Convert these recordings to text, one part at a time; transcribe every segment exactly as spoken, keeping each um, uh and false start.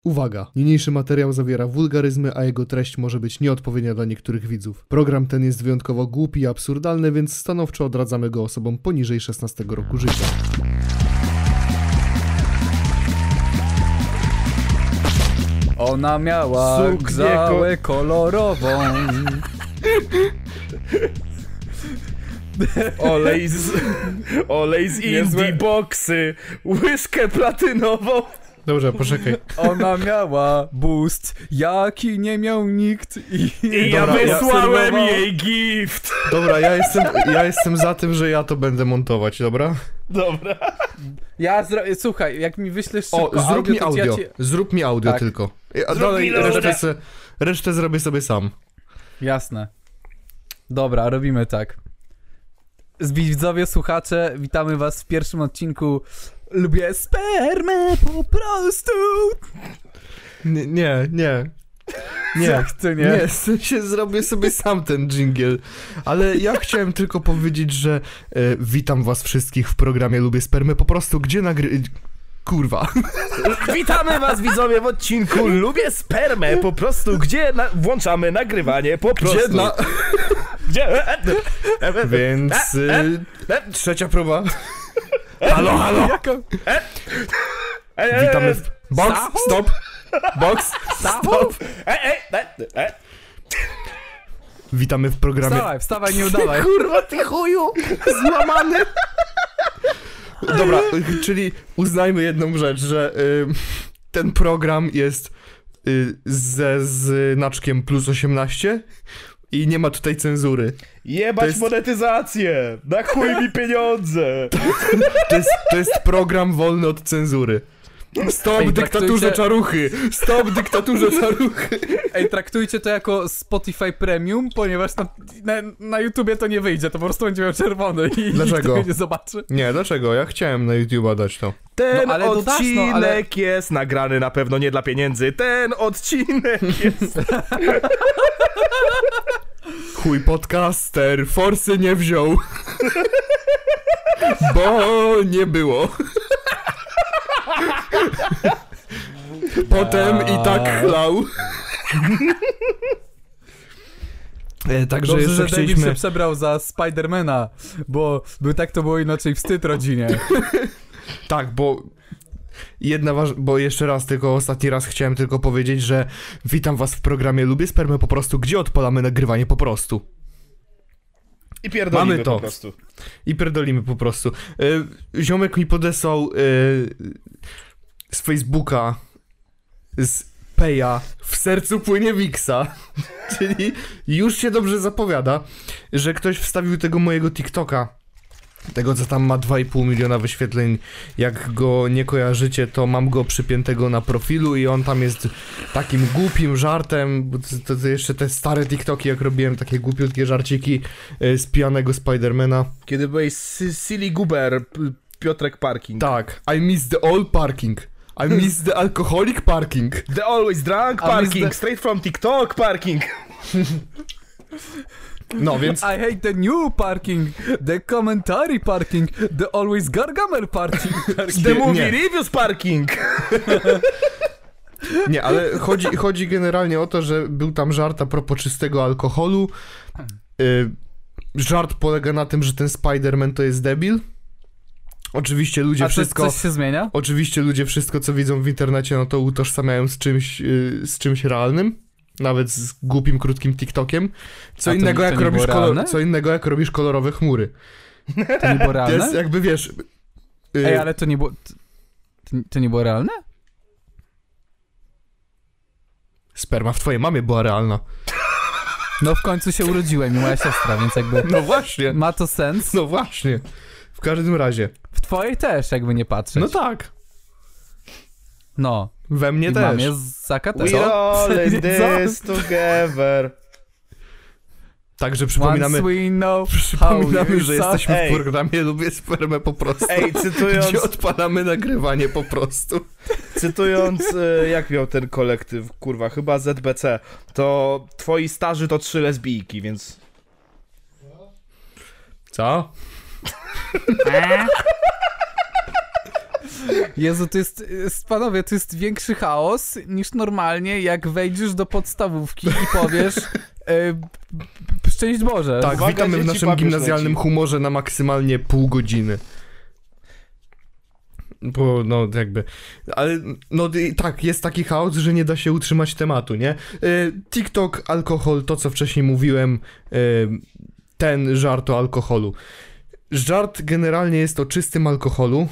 Uwaga! Niniejszy materiał zawiera wulgaryzmy, a jego treść może być nieodpowiednia dla niektórych widzów. Program ten jest wyjątkowo głupi i absurdalny, więc stanowczo odradzamy go osobom poniżej szesnastego roku życia. Ona miała Suknię grzałę kolorową. Olej z... Olej z indie boxy. Łyżkę platynową. Dobrze, poczekaj. Ona miała boost, jaki nie miał nikt. I, I ja Dobra, ja wysłałem obserwował- jej gift. Dobra, ja jestem, ja jestem za tym, że ja to będę montować, dobra? Dobra. Ja zro... Słuchaj, jak mi wyślesz szybko O, zrób mi to audio. Ja ci... Zrób mi audio Tak. tylko. A Zrób dalej mi audio. resztę, se, resztę zrobię sobie sam. Jasne. Dobra, robimy tak. Widzowie, słuchacze, witamy was w pierwszym odcinku Lubię spermę po prostu. Nie, nie, nie. Nie, Jak to nie? nie, w sensie zrobię sobie sam ten dżingiel. Ale ja chciałem tylko powiedzieć, że e, witam was wszystkich w programie Lubię Spermę po prostu, gdzie nagry... Kurwa. Witamy was widzowie w odcinku Lubię spermę po prostu, gdzie na... włączamy nagrywanie po prostu. Gdzie na... Gdzie? Więc y, trzecia próba. Halo, halo. Jako... Witamy w... Box, Stachu? stop. Box, stop. Ej, ej, ej, ej. Witamy w programie... Wstawaj, wstawaj, nie udawaj. Kurwa, ty chuju! Złamany! Dobra, y, czyli uznajmy jedną rzecz, że y, ten program jest y, ze znaczkiem plus osiemnaście i nie ma tutaj cenzury. Jebać To jest- monetyzację! Na chuj mi pieniądze! To jest, to jest program wolny od cenzury. Stop Ej, dyktaturze traktujcie- czaruchy! Stop dyktaturze czaruchy! Ej, traktujcie to jako Spotify Premium, ponieważ na, na, na YouTubie to nie wyjdzie, to po prostu będzie miał czerwony i Dlaczego? nikt tego nie zobaczy. Nie, dlaczego? Ja chciałem na YouTube'a dać to. Ten No, ale dodasz, no, odcinek ale- jest nagrany na pewno nie dla pieniędzy. Ten odcinek jest... Chuj podcaster, forsy nie wziął. Bo nie było. Potem i tak chlał. E, Także Dobrze, jeszcze że David chcieliśmy... się przebrał za Spidermana, bo by tak to było inaczej wstyd rodzinie. Tak, bo... Jedna waż... bo jeszcze raz, tylko ostatni raz chciałem tylko powiedzieć, że witam was w programie Lubię Spermę po prostu, gdzie odpalamy nagrywanie po prostu. I pierdolimy Mamy to. po prostu. I pierdolimy po prostu. Y, ziomek mi podesłał y, z Facebooka, z Peja, w sercu płynie Wixa. Czyli już się dobrze zapowiada, że ktoś wstawił tego mojego TikToka. Tego, co tam ma dwa i pół miliona wyświetleń. Jak go nie kojarzycie, to mam go przypiętego na profilu i on tam jest takim głupim żartem, bo to, to jeszcze te stare TikToki, jak robiłem takie głupiutkie żarciki y, z pijanego Spidermana. Kiedy byłeś si- silly goober, P- Piotrek Parking. Tak, I miss the all parking. I miss the alcoholic parking. The always drunk A parking, my zde- straight from TikTok parking. No więc, I hate the new parking, the commentary parking, the always gargamer parking. The movie nie. reviews parking. nie, ale chodzi, chodzi generalnie o to, że był tam żart a propos czystego alkoholu. Y, żart polega na tym, że ten Spider-Man to jest debil. Oczywiście ludzie A to wszystko... coś się zmienia? Oczywiście ludzie wszystko, co widzą w internecie, no to utożsamiają z czymś, y, z czymś realnym. Nawet z głupim, krótkim TikTokiem. Co A to innego, nie- jak to nie robisz było kolor, realne? co innego, jak robisz kolorowe chmury. To nie było To realne? jest jakby, wiesz... y, Ej, ale to nie było... To, to nie było realne? Sperma w twojej mamie była realna. No w końcu się urodziłem i moja siostra, więc jakby No właśnie. ma to sens. No właśnie. W każdym razie. W twojej też, jakby nie patrzeć. No tak. No. We mnie I też. mamie z Zaka też. We all in Co? this together. Także przypominamy, Once we know how przypominamy, you że suck. jesteśmy Ej. w programie Lubię Spermę po prostu. Ej, cytując, Gdzie odpalamy nagrywanie po prostu. cytując, e, jak miał ten kolektyw, kurwa, chyba Z B C, to twoi starzy to trzy lesbijki, więc... Co? Jezu, to jest, jest, panowie, to jest większy chaos niż normalnie, jak wejdziesz do podstawówki i powiesz e, szczęść Boże. Tak, Uwaga, witamy w dzieci, naszym papież gimnazjalnym leci. humorze na maksymalnie pół godziny. Bo, no, jakby... Ale, no, i tak, jest taki chaos, że nie da się utrzymać tematu, nie? Y, TikTok, alkohol, to co wcześniej mówiłem, y, ten żart o alkoholu. Żart generalnie jest o czystym alkoholu.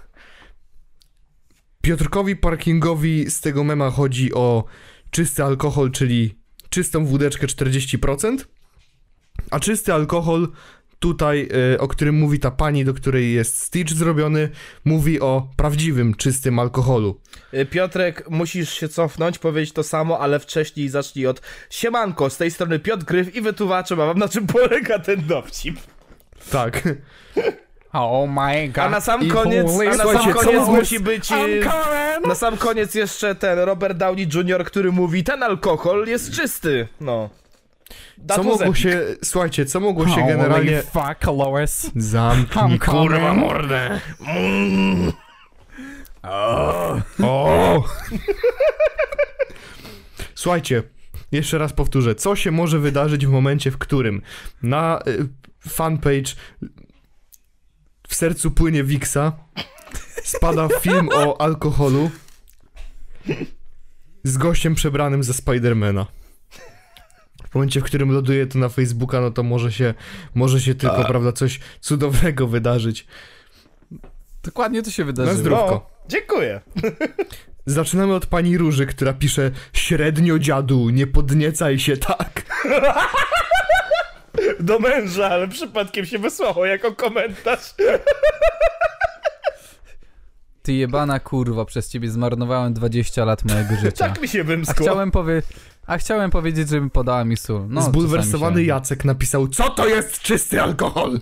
Piotrkowi Parkingowi z tego mema chodzi o czysty alkohol, czyli czystą wódeczkę czterdzieści procent, a czysty alkohol tutaj, y, o którym mówi ta pani, do której jest Stitch zrobiony, mówi o prawdziwym, czystym alkoholu. Y, Piotrek, musisz się cofnąć, powiedzieć to samo, ale wcześniej zacznij od siemanko, z tej strony Piotr Gryf i wytłumaczę wam, na czym polega ten dowcip. Tak. Oh my god. A na sam I koniec, holy- a na Słuchajcie, sam co koniec mogło- musi być... y, Na sam koniec jeszcze ten Robert Downey junior, który mówi, ten alkohol jest czysty. No. Co mogło się, słuchajcie, co mogło się generalnie... Holy fuck, Lois. Zamknij, I'm coming. kurwa, mordę. Mm. O! Słuchajcie, jeszcze raz powtórzę. Co się może wydarzyć w momencie, w którym na y, fanpage W sercu płynie Wiksa spada film o alkoholu z gościem przebranym za Spidermana. W momencie, w którym loduje to na Facebooka, no to może się, może się tylko, A. prawda, coś cudownego wydarzyć. Dokładnie to się Na wydarzyło. zdrówko. No, dziękuję. Zaczynamy od pani Róży, która pisze: średnio dziadu, nie podniecaj się tak. Do męża, ale przypadkiem się wysłało jako komentarz. Ty jebana kurwa, przez ciebie zmarnowałem dwadzieścia lat mojego życia. Tak mi się A wymskło. chciałem, powie... A chciałem powiedzieć, żeby podała mi sól. No, Zbulwersowany czasami się... Jacek napisał: co to jest czysty alkohol?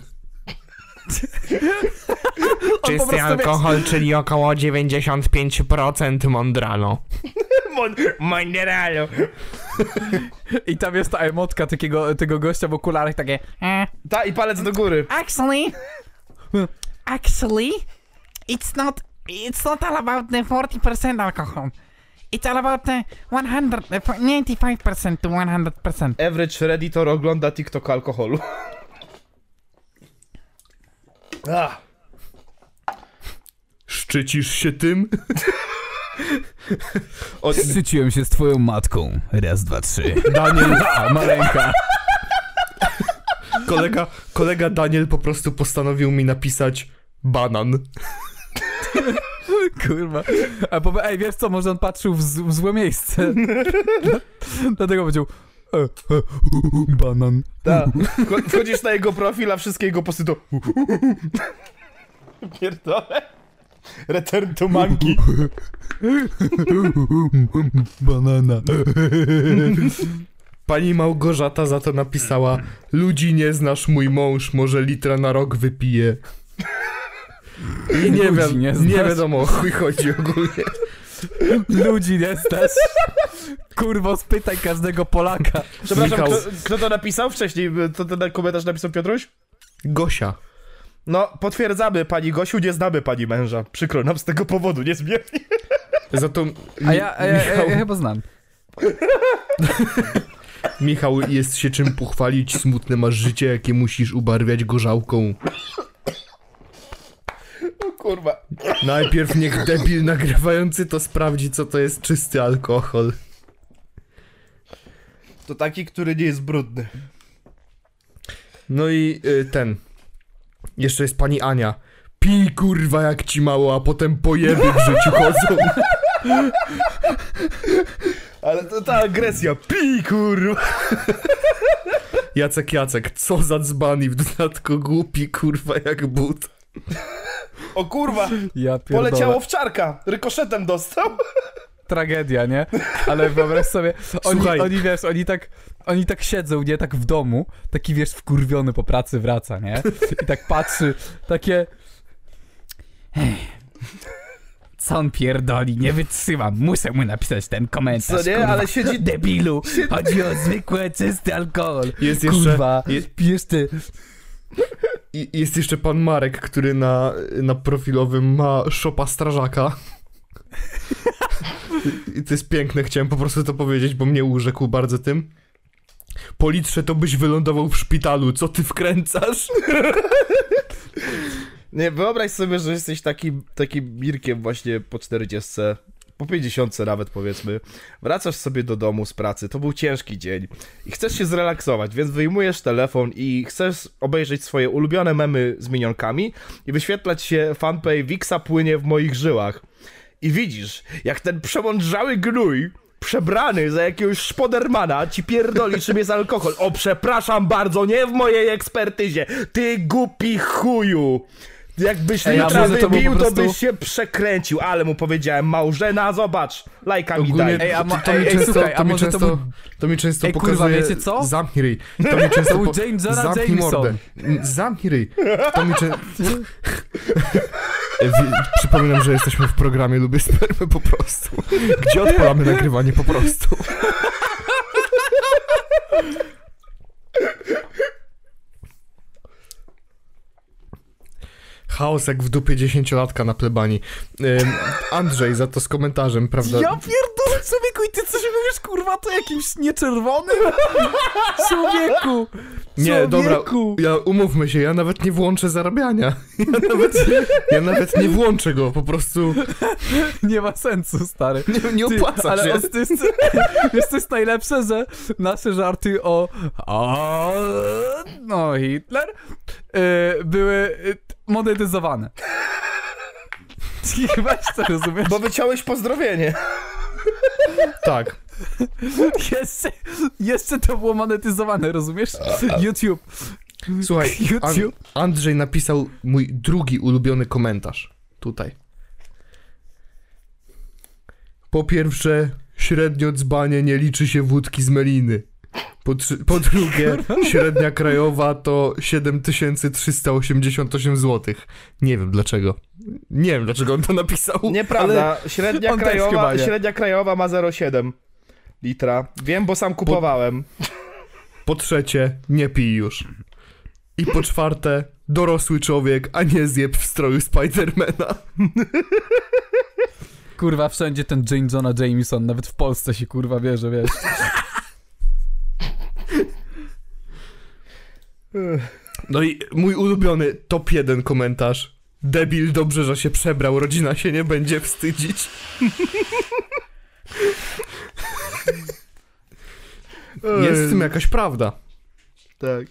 Czysty prostu alkohol, czyli około dziewięćdziesiąt pięć procent Mondralo. Mon- Mondralo. I tam jest ta emotka takiego, tego gościa w okularach, takie eh, Ta i palec do góry. Actually, actually, it's not, it's not all about the forty percent alcohol. It's all about the one hundred, ninety-five percent to one hundred percent. Average Redditor ogląda TikTok alkoholu. Ah. Szczycisz się tym? O, Szczyciłem się z twoją matką. Raz, dwa, trzy. Daniel, A, maleńka. kolega, kolega Daniel po prostu postanowił mi napisać banan. Kurwa. A powie, ej, wiesz co, może on patrzył w, z, w złe miejsce. Dlatego powiedział e, e, banan. Ta. Wcho- Wchodzisz na jego profil, a wszystkie jego posty to... Pierdolę. Return to monkey. Banana. Pani Małgorzata za to napisała: ludzi nie znasz, mój mąż może litra na rok wypije. I nie, Ludzi wiem, nie nie, znasz. wiadomo o chuj chodzi ogólnie. Ludzi nie znasz. Kurwo, spytaj każdego Polaka. Przepraszam, Michał. kto, kto to napisał wcześniej? To ten komentarz napisał Piotruś? Gosia. No, potwierdzamy, pani Gosiu, nie znamy pani męża. Przykro nam z tego powodu, niezmiernie. Za to A ja, a ja, ja, Michał, ja chyba znam. Michał, jest się czym pochwalić, smutne masz życie, jakie musisz ubarwiać gorzałką. O kurwa. Najpierw niech debil nagrywający to sprawdzi, co to jest czysty alkohol. To taki, który nie jest brudny. No i y, ten. Jeszcze jest pani Ania. Pij kurwa jak ci mało, a potem pojeby w życiu chodzą. Ale to ta agresja. Pij, kurwa. Jacek Jacek, co za dzban i w dodatku głupi kurwa jak but. O kurwa. Ja pierdolę. Poleciało wczarka. Rykoszetem dostał. Tragedia, nie? Ale wyobraź sobie, oni, Słuchaj. oni wiesz, oni tak, oni tak siedzą, nie? Tak w domu, taki wiesz, wkurwiony po pracy wraca, nie? I tak patrzy, takie... Ech, co on pierdoli, nie wytrzymam, muszę mu napisać ten komentarz, Co nie? kurwa. Ale siedzi- Debilu, chodzi o zwykły, czysty alkohol. Jest jeszcze- Kurwa, je- pijesz ty... I jest jeszcze pan Marek, który na, na profilowym ma szopa strażaka. I to jest piękne, chciałem po prostu to powiedzieć, bo mnie urzekł bardzo tym. Po litrze to byś wylądował w szpitalu, co ty wkręcasz? Nie, wyobraź sobie, że jesteś takim, takim Mirkiem właśnie po czterdziestce, po pięćdziesiątce nawet powiedzmy. Wracasz sobie do domu z pracy, to był ciężki dzień i chcesz się zrelaksować, więc wyjmujesz telefon i chcesz obejrzeć swoje ulubione memy z minionkami i wyświetlać się fanpage Wiksa płynie w moich żyłach. I widzisz, jak ten przemądrzały gnój przebrany za jakiegoś szpodermana ci pierdoli, czym jest alkohol. O, przepraszam bardzo, nie w mojej ekspertyzie. Ty głupi chuju. Jakbyś Ej, a litra może to wybił, był po to prostu- byś się przekręcił. Ale mu powiedziałem, Małżena, zobacz, lajka mi Ogólnie daj. Ej, a ma- to, to mi ej, często, słuchaj, to a mi może to często, był- to mi często Ej, kurwa, pokazuje... wiecie co? Zamknij ryj. To mi często To był po- James Jonah Zamknij Jameson. mordę. Zamknij ryj. To mi często... Przypominam, że jesteśmy w programie Lubię Spermę po prostu. Gdzie odpalamy nagrywanie po prostu. Chaos jak w dupie dziesięciolatka na plebanii. Ym, Andrzej za to z komentarzem, prawda? Ja pierdolę, człowieku, i ty coś mówisz, kurwa, to jakimś nieczerwonym? Człowieku! Nie, dobra, Człowieku! ja, umówmy się, ja nawet nie włączę zarabiania. Ja nawet, ja nawet nie włączę go, po prostu Nie ma sensu, stary. nie, nie Ty, opłaca ale się. o, to jest, wiesz, to jest najlepsze, że nasze żarty o, o no Hitler y, były y, monetyzowane. Weź to, rozumiesz? Bo wyciąłeś pozdrowienie. Tak. Jeszcze, jeszcze to było monetyzowane, rozumiesz? YouTube. Słuchaj, An- YouTube. Andrzej napisał mój drugi ulubiony komentarz. Tutaj. Po pierwsze, średnio dzbanie nie liczy się wódki z meliny. Po, trzy- po drugie, średnia krajowa to siedem tysięcy trzysta osiemdziesiąt osiem złotych. Nie wiem dlaczego. Nie wiem dlaczego on to napisał. Nieprawda, średnia on też chyba krajowa, nie. średnia krajowa ma zero przecinek siedem litra. Wiem, bo sam kupowałem. Po trzecie, nie pij już. I po czwarte, dorosły człowiek, a nie zjeb w stroju Spidermana. Kurwa, wszędzie ten James Jonah Jameson, nawet w Polsce się kurwa bierze, wiesz. No i mój ulubiony top jeden komentarz. Debil dobrze, że się przebrał, rodzina się nie będzie wstydzić. Jest w tym jakaś prawda. Tak.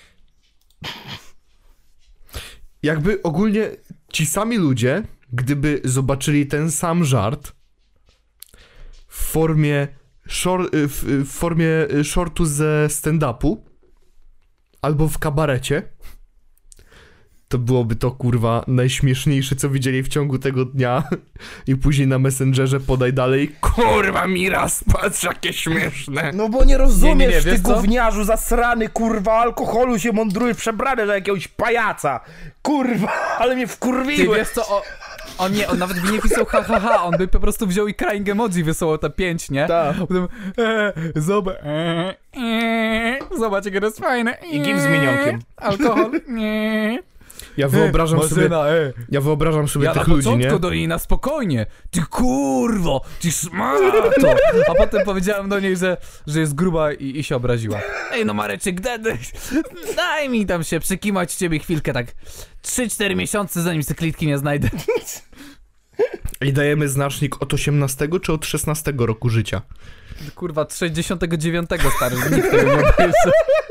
Jakby ogólnie ci sami ludzie, gdyby zobaczyli ten sam żart w formie, shor- w, w formie shortu ze stand-upu albo w kabarecie, to byłoby to, kurwa, najśmieszniejsze, co widzieli w ciągu tego dnia. I później na Messengerze podaj dalej. Kurwa, Miras, patrz, jakie śmieszne. No bo nie rozumiesz, Nie, nie, nie, ty wiesz co? gówniarzu zasrany, kurwa, alkoholu się mądrujesz, przebrany za jakiegoś pajaca. Kurwa, ale mnie Ty wkurwiłeś. wiesz co, o, on nie, on nawet by nie pisał ha ha ha, on by po prostu wziął i crying emoji wysłał te pięć, nie? Tak. Potem, e, zobacz, e, e, zobacz, jakie to jest fajne. I gif z minionkiem. Alkohol, nie. Ja wyobrażam sobie, Marzyna, e. ja wyobrażam sobie Ja na tych ludzi, początku nie? do niej na spokojnie. Ty kurwo, ty szmato. A potem powiedziałem do niej, że, że jest gruba i, i się obraziła. Ej no Mareczek, daj, daj mi tam się przykimać ciebie chwilkę, tak trzy cztery miesiące, zanim te klitki nie znajdę. I dajemy znacznik od osiemnastego czy od szesnastego roku życia? Kurwa, od sześćdziesiątego dziewiątego stary, że nikt tego nie obejrzy.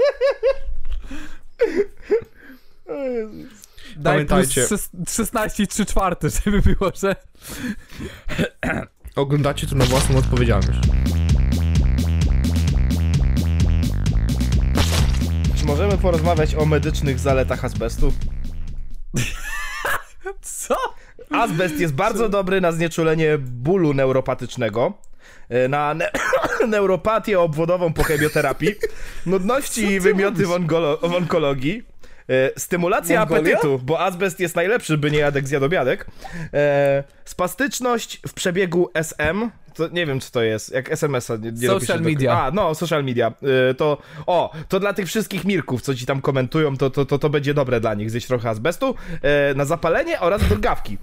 Daj plus Pamiętajcie. szes- szesnaście i trzy czwarte, żeby było, że... Oglądacie to na własną odpowiedzialność. Czy możemy porozmawiać o medycznych zaletach azbestu? Co? Azbest jest bardzo dobry na znieczulenie bólu neuropatycznego, na ne neuropatię obwodową po chemioterapii, nudności i wymioty w, onkolo w onkologii, e, stymulacja Mongolia? apetytu, bo azbest jest najlepszy, by nie jadek zjadł obiadek, e, spastyczność w przebiegu S M, to nie wiem, czy to jest, jak es em es a nie, nie Social dopiszesz media. Do... A, no, social media. Yy, to, o, to dla tych wszystkich Mirków, co ci tam komentują, to, to, to, to będzie dobre dla nich, zjeść trochę azbestu, yy, na zapalenie oraz drgawki.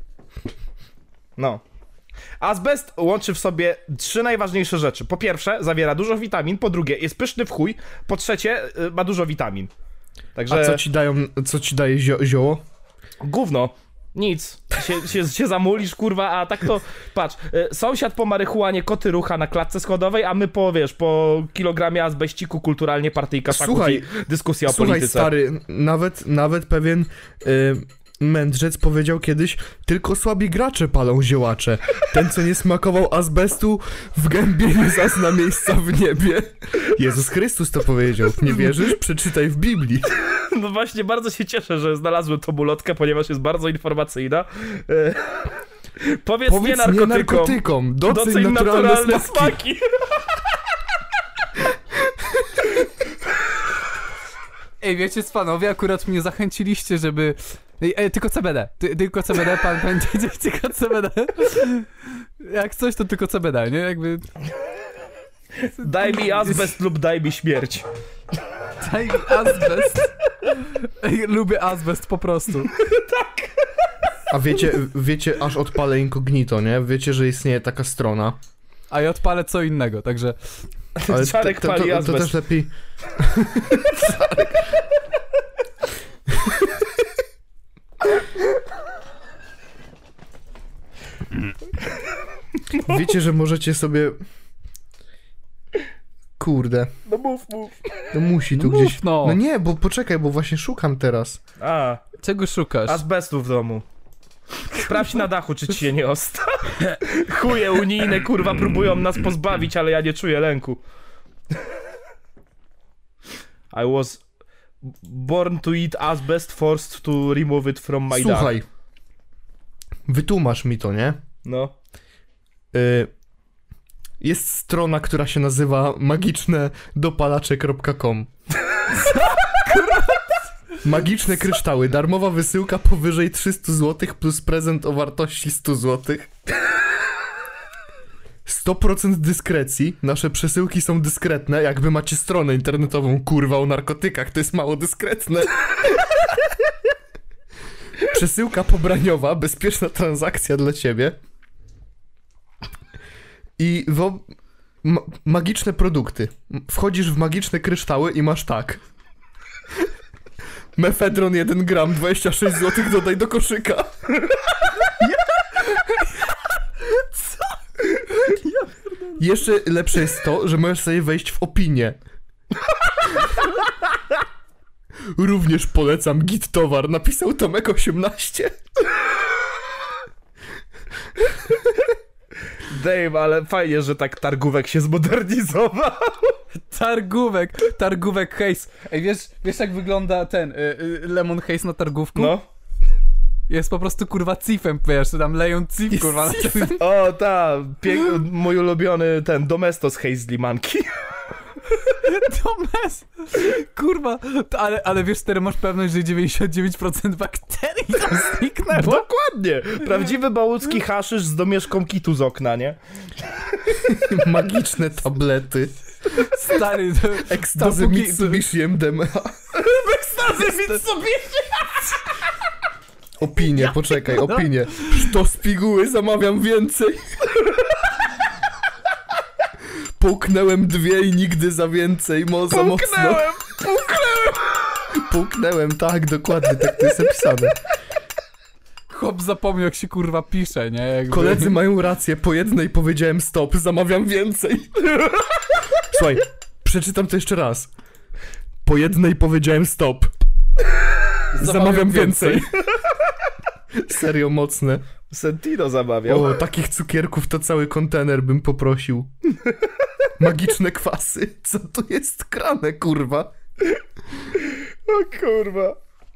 No. Azbest łączy w sobie trzy najważniejsze rzeczy. Po pierwsze, zawiera dużo witamin, po drugie, jest pyszny w chuj, po trzecie, yy, ma dużo witamin. Także... A co ci dają, co ci daje zio zioło? Gówno. Nic. Się, się, się zamulisz, kurwa, a tak to... Patrz, y, sąsiad po marihuanie koty rucha na klatce schodowej, a my po, wiesz, po kilogramie azbeściku kulturalnie partyjka szaków Słuchaj, i dyskusja o Słuchaj, polityce. stary, nawet, nawet pewien y, mędrzec powiedział kiedyś, tylko słabi gracze palą ziołacze. Ten, co nie smakował azbestu, w gębie nie zazna miejsca w niebie. Jezus Chrystus to powiedział. Nie wierzysz? Przeczytaj w Biblii. No właśnie, bardzo się cieszę, że znalazłem tą ulotkę, ponieważ jest bardzo informacyjna. E, powiedz, Powiedz nie narkotykom. nie narkotykom. Doceń, Doceń naturalne, naturalne smaki. smaki. Ej, wiecie, panowie, akurat mnie zachęciliście, żeby... Ej, ej, tylko C B D. Ty, tylko C B D, pan będzie tylko C B D. Jak coś, to tylko C B D, nie? Jakby... Daj mi azbest lub daj mi śmierć. Daj mi azbest. Ej, lubię azbest po prostu. A wiecie, wiecie, aż odpalę incognito, nie? Wiecie, że istnieje taka strona. A ja odpalę co innego, także... Ale Czarek to, to, pali to, to azbest. też lepiej... Wiecie, że możecie sobie... Kurde. No mów, mów. To musi tu Mów, gdzieś... no. No nie, bo poczekaj, bo właśnie szukam teraz. A, Czego szukasz? azbestu w domu. Sprawdź na dachu, czy ci się nie osta. Chuje unijne, kurwa, próbują nas pozbawić, ale ja nie czuję lęku. I was born to eat asbest, forced to remove it from my dach. Słuchaj. Wytłumacz mi to, nie? No. Y, jest strona, która się nazywa magiczne dopalacze kropka com. Magiczne kryształy. Darmowa wysyłka powyżej trzysta złotych plus prezent o wartości sto złotych. sto procent dyskrecji. Nasze przesyłki są dyskretne. Jakby macie stronę internetową, kurwa, o narkotykach, to jest mało dyskretne. Przesyłka pobraniowa, bezpieczna transakcja dla ciebie. I wo... Ma magiczne produkty. Wchodzisz w magiczne kryształy i masz tak. Mefedron jeden gram, dwadzieścia sześć złotych, dodaj do koszyka. Co? Jeszcze lepsze jest to, że możesz sobie wejść w opinię. Również polecam git towar, napisał Tomek osiemnaście. Dave, ale fajnie, że tak targówek się zmodernizował. Targówek, targówek Haze. Ej, wiesz, wiesz jak wygląda ten y, y, Lemon Haze na targówku? No. Jest po prostu kurwa cifem, wiesz, tam leją cif, kurwa, na tym. O, ta, piek- mój ulubiony ten Domestos Haze z limanki. Domes. Kurwa, to, ale, ale wiesz, teraz masz pewność, że dziewięćdziesiąt dziewięć procent bakterii tam zniknęło. Dokładnie. Prawdziwy bałucki haszysz z domieszką kitu z okna, nie? Magiczne tablety. Stary, to, Ekstazy dopóki- Mitsubishi M D M A. Ekstazy Mitsubishi! Opinie, poczekaj, opinie. Sztos piguły, zamawiam więcej. Połknęłem dwie i nigdy za więcej, mo za mocno. Puknęłem! Puknęłem! Połknęłem, tak, dokładnie, tak to jest napisane. Chłop zapomniał, jak się kurwa pisze, nie? Jakby... Koledzy mają rację, po jednej powiedziałem stop, zamawiam więcej. Słuchaj, przeczytam to jeszcze raz. Po jednej powiedziałem stop. Zamawiam, Zamawiam więcej. więcej. Serio mocne. Sentino zamawiał. O, takich cukierków to cały kontener bym poprosił. Magiczne kwasy. Co tu jest grane, kurwa? O kurwa.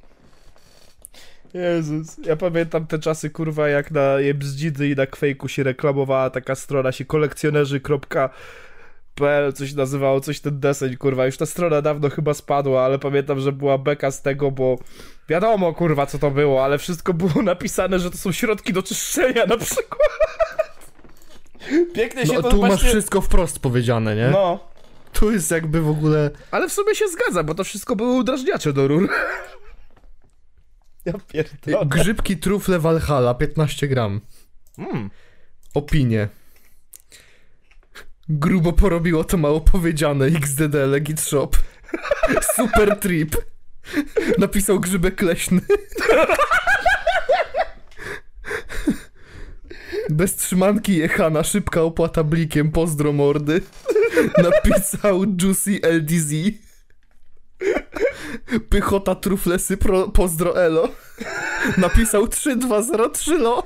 Jezus. Ja pamiętam te czasy, kurwa, jak na Jebzdzidy i na Kwejku się reklamowała taka strona się kolekcjonerzy kropka p l, coś nazywało, coś ten deseń, kurwa. Już ta strona dawno chyba spadła, ale pamiętam, że była beka z tego, bo wiadomo, kurwa, co to było, ale wszystko było napisane, że to są środki do czyszczenia na przykład. Pięknie się No to tu właśnie... masz wszystko wprost powiedziane, nie? No, Tu jest jakby w ogóle... ale w sumie się zgadza, bo to wszystko były udrażniacze do rur. Ja pierdolę. Grzybki trufle Valhalla, piętnaście gram. Mm. Opinie. Grubo porobiło to mało powiedziane. X D D Legit Shop. Super trip. Napisał Grzybek Leśny. Bez trzymanki jechana, szybka opłata blikiem, pozdro mordy. Napisał Juicy L D Z. Pychota truflesy pro, pozdro elo. Napisał trzy dwa zero trzy lo.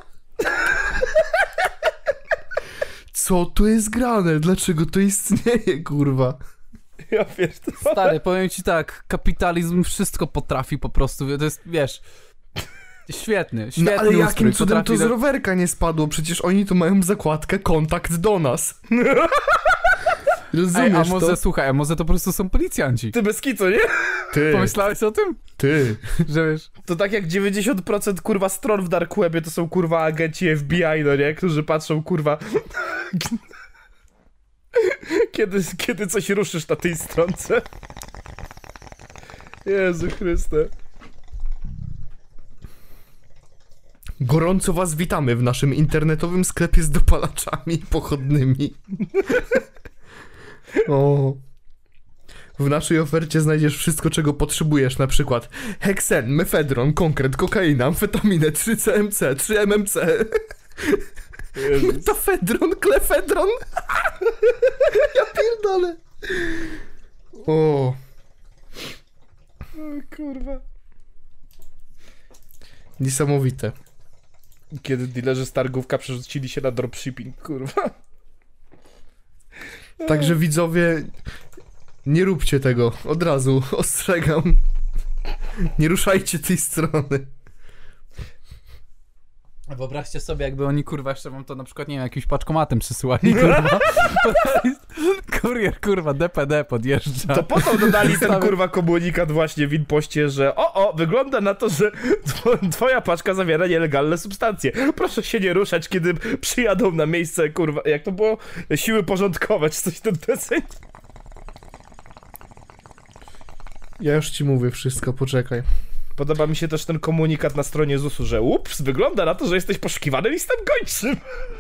Co tu jest grane? Dlaczego to istnieje, kurwa? Ja pierdolę. Stary, powiem ci tak, kapitalizm wszystko potrafi po prostu, to jest, wiesz, świetny, świetny No ale ustrój, jakim cudem potrafi to z do- rowerka nie spadło? Przecież oni tu mają zakładkę kontakt do nas. Rozumiesz Ej, a może, to? słuchaj, a może to po prostu są policjanci? Ty bez kitu, nie? Ty, Pomyślałeś o tym? ty. Że wiesz, To tak jak dziewięćdziesiąt procent kurwa stron w Dark Webie to są kurwa agenci F B I, no nie? Którzy patrzą kurwa... kiedy, kiedy coś ruszysz na tej stronce. Jezu Chryste. Gorąco was witamy w naszym internetowym sklepie z dopalaczami pochodnymi. O. W naszej ofercie znajdziesz wszystko, czego potrzebujesz, na przykład heksen, mefedron, konkret, kokaina, amfetaminę, trzy C M C, trzy M M C, metafedron, klefedron. Ja pierdolę. O. O kurwa. Niesamowite. Kiedy dealerzy z targówka przerzucili się na dropshipping, kurwa. Także widzowie, nie róbcie tego. Od razu ostrzegam. Nie ruszajcie tej strony. wyobraźcie sobie, jakby oni, kurwa, jeszcze wam to na przykład, nie wiem, jakimś paczkomatem przysyłali, kurwa. Kurier, kurwa, D P D podjeżdża. To po to dodali ten Zostawię- kurwa komunikat właśnie w Inpoście, że o, o, wygląda na to, że tw- twoja paczka zawiera nielegalne substancje. Proszę się nie ruszać, kiedy przyjadą na miejsce, kurwa, jak to było? Siły porządkowe, czy coś ten deseń? Ja już ci mówię wszystko, poczekaj. Podoba mi się też ten komunikat na stronie zusu, że ups, wygląda na to, że jesteś poszukiwany listem gończym.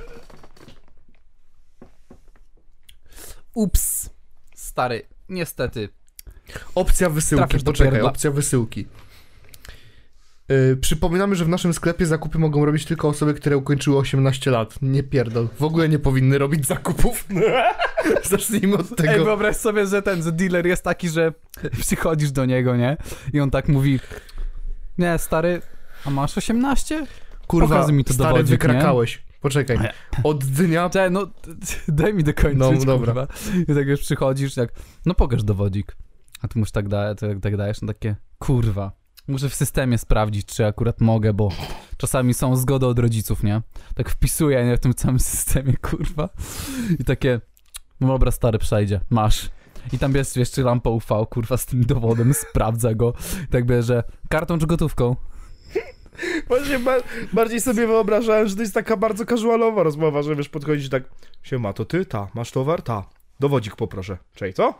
Ups. Stary, niestety. Opcja wysyłki, Trafisz do poczekaj, pierdla. opcja wysyłki. Yy, przypominamy, że w naszym sklepie zakupy mogą robić tylko osoby, które ukończyły osiemnaście lat. Nie pierdol. W ogóle nie powinny robić zakupów. Zacznijmy od tego. Ej, wyobraź sobie, że ten, że dealer jest taki, że przychodzisz do niego, nie? I on tak mówi, nie, stary, a masz osiemnaście? Kurwa, pokazuj mi to stary, dowodzik, wykrakałeś. Poczekaj. Od dnia... Cześć, no, daj mi dokończyć, No, kurwa. dobra. I tak już przychodzisz, tak, no pokaż dowodzik. A ty musisz tak, da, tak, tak dajesz, no takie, kurwa. Muszę w systemie sprawdzić, czy akurat mogę, bo czasami są zgody od rodziców, nie? Tak wpisuję, nie, w tym całym systemie, kurwa. I takie, no dobra, stary, przejdzie, masz. I tam jest jeszcze lampa U V, kurwa, z tym dowodem, sprawdza go. I tak bierze, kartą czy gotówką? Właśnie ba- bardziej sobie wyobrażałem, że to jest taka bardzo casualowa rozmowa, że wiesz, podchodzisz tak, siema, to ty? Ta, masz towar? Ta. Dowodzik poproszę. Cześć, co?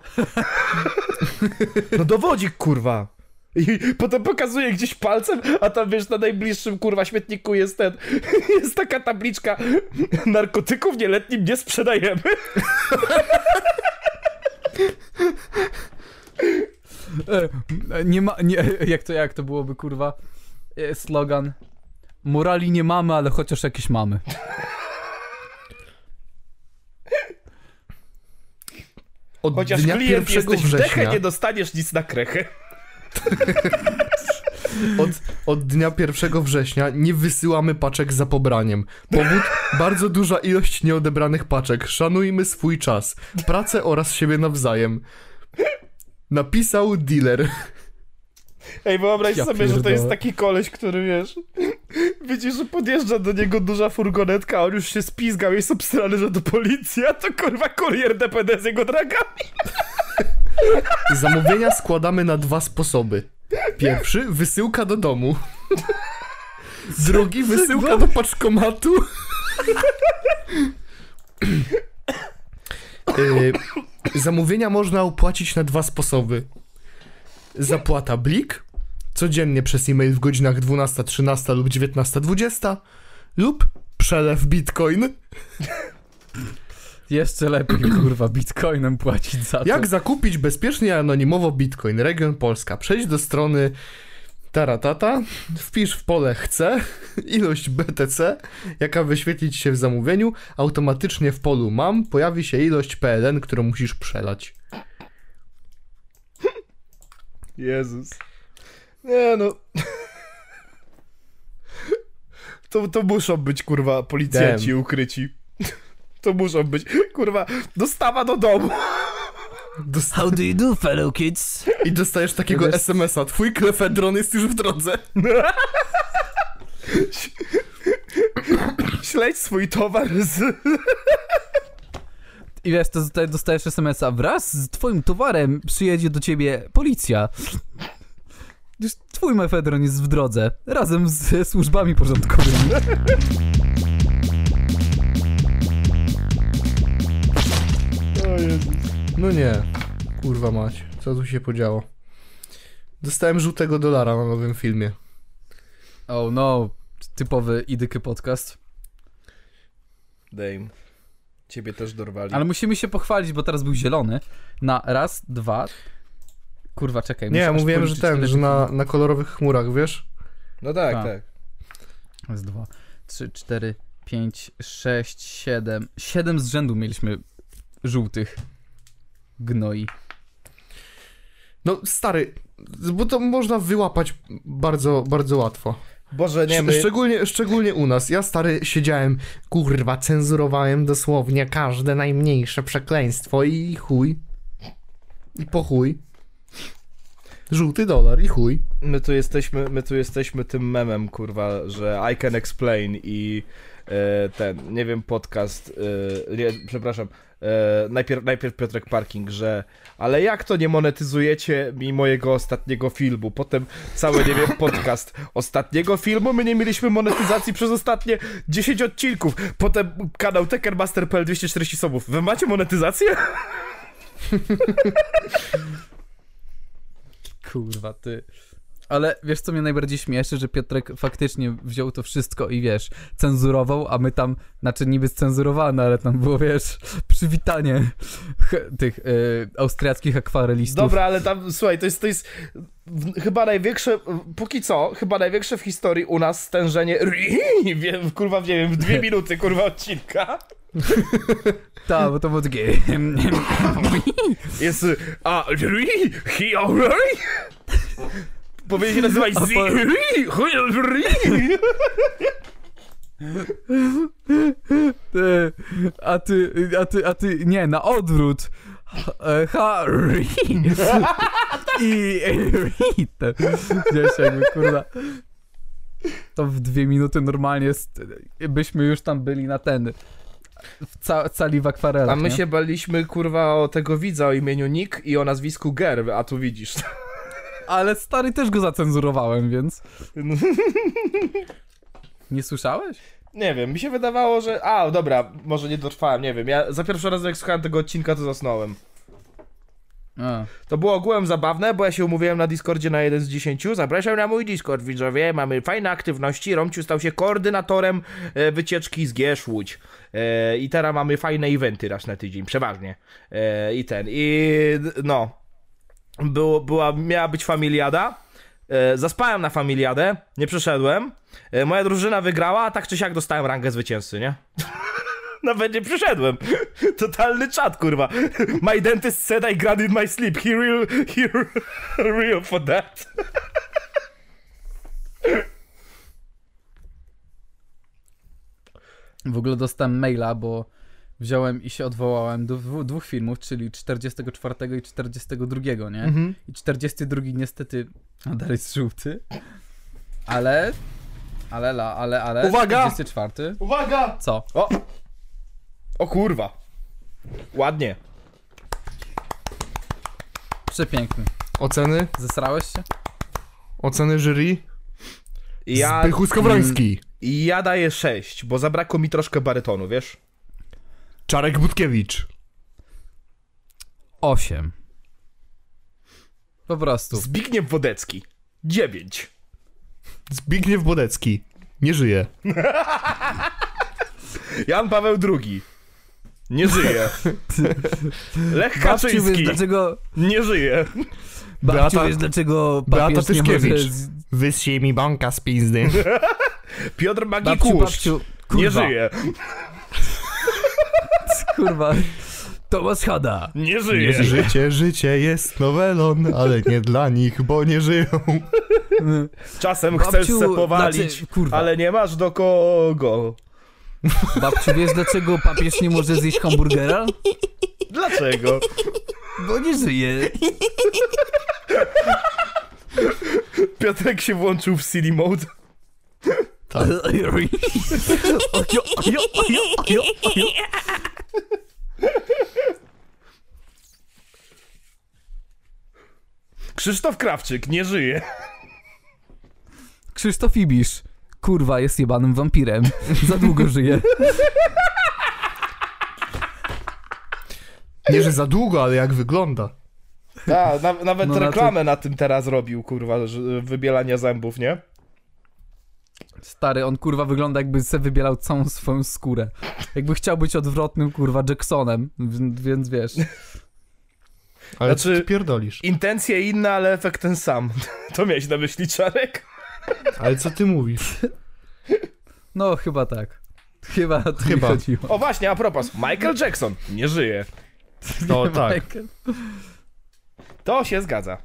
No dowodzik, kurwa. I potem pokazuje gdzieś palcem, a tam wiesz, na najbliższym kurwa śmietniku jest ten, jest taka tabliczka, narkotyków nieletnim nie sprzedajemy. E, nie ma, nie, jak to, jak to byłoby, kurwa, e, slogan, morali nie mamy, ale chociaż jakieś mamy. Od Chociaż dnia klient pierwszego jesteś w dechę, września... nie dostaniesz nic na krechę. Od, od dnia pierwszego września nie wysyłamy paczek za pobraniem. Powód? Bardzo duża ilość nieodebranych paczek. Szanujmy swój czas, pracę oraz siebie nawzajem. Napisał dealer. Ej, wyobraź Ja sobie, że to pierdolę. jest taki koleś, który wiesz, widzisz, że podjeżdża do niego duża furgonetka, a on już się spizgał i jest obstrany, że to policja, to kurwa kurier D P D z jego dragami. Zamówienia składamy na dwa sposoby. Pierwszy, wysyłka do domu. Drugi, wysyłka do paczkomatu. Yy, zamówienia można opłacić na dwa sposoby. Zapłata blik, codziennie przez e-mail w godzinach dwunasta trzynaście lub dziewiętnasta dwadzieścia, lub przelew bitcoin. Jeszcze lepiej, kurwa, bitcoinem płacić za to. Jak zakupić bezpiecznie i anonimowo bitcoin? Region Polska. Przejdź do strony taratata, wpisz w pole chcę, ilość B T C, jaka wyświetli ci się w zamówieniu, automatycznie w polu mam pojawi się ilość P L N, którą musisz przelać. Jezus. Nie no. To, to muszą być, kurwa, policjanci Damn. ukryci. To muszą być, kurwa, dostawa do domu. Dost- How do you do, fellow kids? I dostajesz takiego Wiesz- es em es a. Twój klefedron jest już w drodze. Śledź swój towar z... I wiesz, to tutaj dostajesz es em es a. Wraz z twoim towarem przyjedzie do ciebie policja. Już twój mefedron jest w drodze, razem ze służbami porządkowymi. O Jezus. No nie. Kurwa mać. Co tu się podziało? Dostałem żółtego dolara na nowym filmie. Oh no, typowy idyky podcast. Dame. Ciebie też dorwali. Ale musimy się pochwalić, bo teraz był zielony. Na raz, dwa... Kurwa, czekaj. Nie, muszę aż mówiłem, że policzyć, ten, ile że tych- na, na kolorowych chmurach, wiesz? No tak, Tak. tak. Raz, dwa, trzy, cztery, pięć, sześć, siedem. Siedem z rzędu mieliśmy żółtych gnoi. No stary, bo to można wyłapać bardzo, bardzo łatwo. Boże, nie, my... Szczególnie, szczególnie u nas. Ja stary siedziałem, kurwa, cenzurowałem dosłownie każde najmniejsze przekleństwo i chuj. I po chuj. Żółty dolar i chuj. My tu jesteśmy, my tu jesteśmy tym memem, kurwa, że I can explain i e, ten, nie wiem, podcast, e, nie, przepraszam, e, najpierw, najpierw Piotrek Parking, że ale jak to nie monetyzujecie mi mojego ostatniego filmu? Potem cały, nie wiem, podcast ostatniego filmu, my nie mieliśmy monetyzacji przez ostatnie dziesięć odcinków. Potem kanał Techmaster kropka p l dwieście czterdzieści subów. Wy macie monetyzację? Kurwa, ty. Ale wiesz, co mnie najbardziej śmieszy, że Piotrek faktycznie wziął to wszystko i wiesz, cenzurował, a my tam, znaczy niby scenzurowane, ale tam było, wiesz, przywitanie ch- tych y, austriackich akwarelistów. Dobra, ale tam, słuchaj, to jest, to jest w, chyba największe, póki co, chyba największe w historii u nas stężenie wiem, kurwa, nie wiem, w dwie minuty, kurwa, odcinka. Tak, bo to było takie... Jest, a, he already? Powinien się nazywać A Z. po- Ty, a ty, a ty, a ty, nie, na odwrót. E, Harry. I Reed. Wiesz, jakby, kurwa. To w dwie minuty normalnie jest, byśmy już tam byli na ten, w ca, cali w akwarelach, A my nie? się baliśmy, kurwa, o tego widza o imieniu Nick i o nazwisku Ger, a tu widzisz. Ale stary, też go zacenzurowałem, więc... Nie słyszałeś? Nie wiem, mi się wydawało, że... A, dobra, może nie dotrwałem, nie wiem. Ja za pierwszy raz, jak słuchałem tego odcinka, to zasnąłem. A. To było ogółem zabawne, bo ja się umówiłem na Discordzie na jeden z dziesięciu. Zapraszam na mój Discord, widzowie. Mamy fajne aktywności. Romciu stał się koordynatorem e, wycieczki z Gierz Łódź. E, I teraz mamy fajne eventy raz na tydzień, przeważnie. E, I ten, i no... Było, była, miała być familiada. E, zaspałem na familiadę, nie przyszedłem. E, moja drużyna wygrała, a tak czy siak dostałem rangę zwycięzcy, nie? Nawet nie przyszedłem. Totalny czat, kurwa. My dentist said I got in my sleep. He real, he real for that. W ogóle dostałem maila, bo wziąłem i się odwołałem do dwu, dwóch filmów, czyli czterdziestego czwartego i czterdziestego drugiego, nie? Mhm. I czterdziesty drugi niestety nadal jest żółty, ale, ale, la, ale, ale, Uwaga! czterdziesty czwarty, Uwaga! co? O! O kurwa. Ładnie. Przepiękny. Oceny? Zesrałeś się? Oceny jury? Ja, Zbychu Skowroński. ja daję sześć, bo zabrakło mi troszkę barytonu, wiesz? Czarek Budkiewicz. osiem. Po prostu. Zbigniew Wodecki. dziewięć. Zbigniew Bodecki. Nie żyje. Jan Paweł drugi. Nie żyje. Lech Babciu, wiesz Kaczyński. dlaczego... Nie żyje. Babciu, Beata- wiesz dlaczego Beata papież nie Tyszkiewicz. może... z- Wysie mi bąka z pizdy. Piotr Babciu, Magikusz. babciu, kurwa. Nie żyje. Kurwa. Tomasz Hada. Nie żyje. Życie, życie jest nowelon, ale nie dla nich, bo nie żyją. Czasem Babciu, chcesz se powalić, znaczy, kurwa. ale nie masz do kogo. Babciu, wiesz dlaczego papież nie może zjeść hamburgera? Dlaczego? Bo nie żyje. Piotrek się włączył w silly mode. Tak. Krzysztof Krawczyk nie żyje. Krzysztof Ibisz. Kurwa, jest jebanym wampirem. Za długo żyje. Nie, że za długo, ale jak wygląda. A, na, nawet No na reklamę na tym teraz robił, kurwa, że, wybielania zębów, nie? Stary, on kurwa wygląda jakby se wybielał całą swoją skórę. Jakby chciał być odwrotnym kurwa Jacksonem, w- więc wiesz. Ale Znaczy- co ty pierdolisz? Intencje inne, ale efekt ten sam. To miałeś na myśli, Czarek? Ale co ty mówisz? No chyba tak. Chyba to Chyba. chyba. chodziło. O właśnie, a propos, Michael Jackson nie żyje. No tak. To się zgadza.